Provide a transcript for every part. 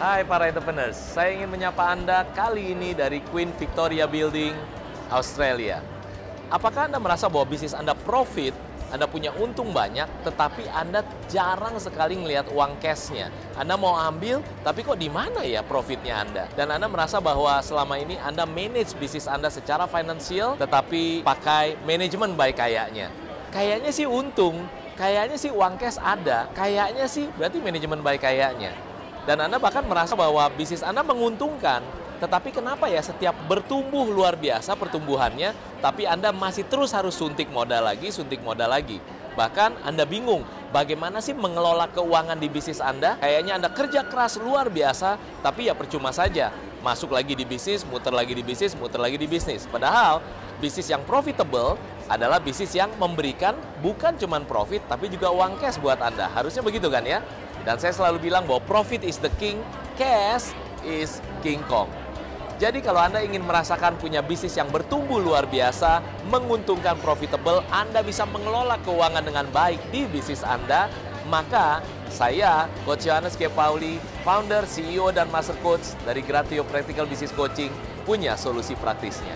Hai para entrepreneurs, saya ingin menyapa Anda kali ini dari Queen Victoria Building, Australia. Apakah Anda merasa bahwa bisnis Anda profit, Anda punya untung banyak, tetapi Anda jarang sekali melihat uang cashnya? Anda mau ambil, tapi kok di mana ya profitnya Anda? Dan Anda merasa bahwa selama ini Anda manage bisnis Anda secara finansial, tetapi pakai manajemen baik kayaknya. Kayaknya sih untung, kayaknya sih uang cash ada, kayaknya sih berarti manajemen baik kayaknya. Dan Anda bahkan merasa bahwa bisnis Anda menguntungkan, tetapi kenapa ya setiap bertumbuh luar biasa pertumbuhannya, tapi Anda masih terus harus suntik modal lagi. Bahkan Anda bingung, bagaimana sih mengelola keuangan di bisnis Anda? Kayaknya Anda kerja keras luar biasa, tapi ya percuma saja. Masuk lagi di bisnis, muter lagi di bisnis, muter lagi di bisnis. Padahal bisnis yang profitable adalah bisnis yang memberikan bukan cuma profit, tapi juga uang cash buat Anda. Harusnya begitu kan ya? Dan saya selalu bilang bahwa profit is the king, cash is King Kong. Jadi kalau Anda ingin merasakan punya bisnis yang bertumbuh luar biasa, menguntungkan profitable, Anda bisa mengelola keuangan dengan baik di bisnis Anda, maka saya, Coach Johannes K. Pauli, founder, CEO, dan Master Coach dari Gratio Practical Business Coaching, punya solusi praktisnya.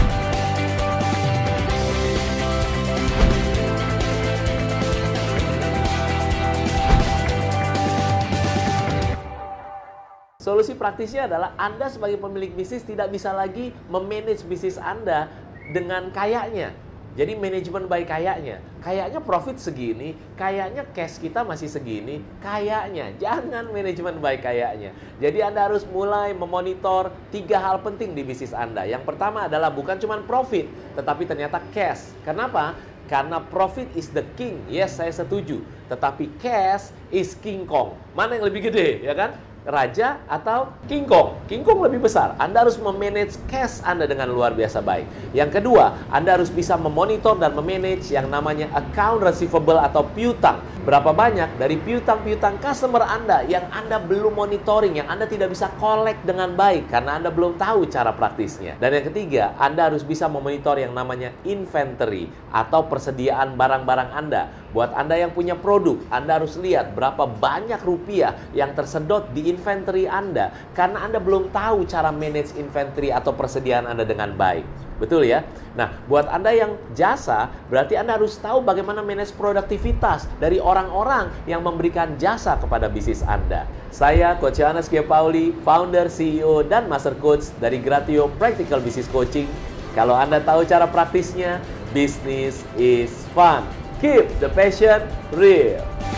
Solusi praktisnya adalah Anda sebagai pemilik bisnis tidak bisa lagi memanage bisnis Anda dengan kayaknya. Jadi manajemen baik kayaknya. Kayaknya profit segini, kayaknya cash kita masih segini, kayaknya. Jangan manajemen baik kayaknya. Jadi Anda harus mulai memonitor 3 hal penting di bisnis Anda. Yang pertama adalah bukan cuma profit, tetapi ternyata cash. Kenapa? Karena profit is the king. Yes, saya setuju. Tetapi cash is King Kong. Mana yang lebih gede, ya kan? Raja atau King Kong? King Kong lebih besar. Anda harus memanage cash Anda dengan luar biasa baik. Yang kedua, Anda harus bisa memonitor dan memanage yang namanya account receivable atau piutang. Berapa banyak dari piutang-piutang customer Anda yang Anda belum monitoring, yang Anda tidak bisa collect dengan baik karena Anda belum tahu cara praktisnya. Dan yang ketiga, Anda harus bisa memonitor yang namanya inventory atau persediaan barang-barang Anda. Buat Anda yang punya produk, Anda harus lihat berapa banyak rupiah yang tersedot di inventory Anda karena Anda belum tahu cara manage inventory atau persediaan Anda dengan baik. Betul ya? Nah, buat Anda yang jasa, berarti Anda harus tahu bagaimana manage produktivitas dari orang-orang yang memberikan jasa kepada bisnis Anda. Saya, Coach Johannes K. Pauli, founder, CEO, dan Master Coach dari Gratio Practical Business Coaching. Kalau Anda tahu cara praktisnya, business is fun. Keep the passion real.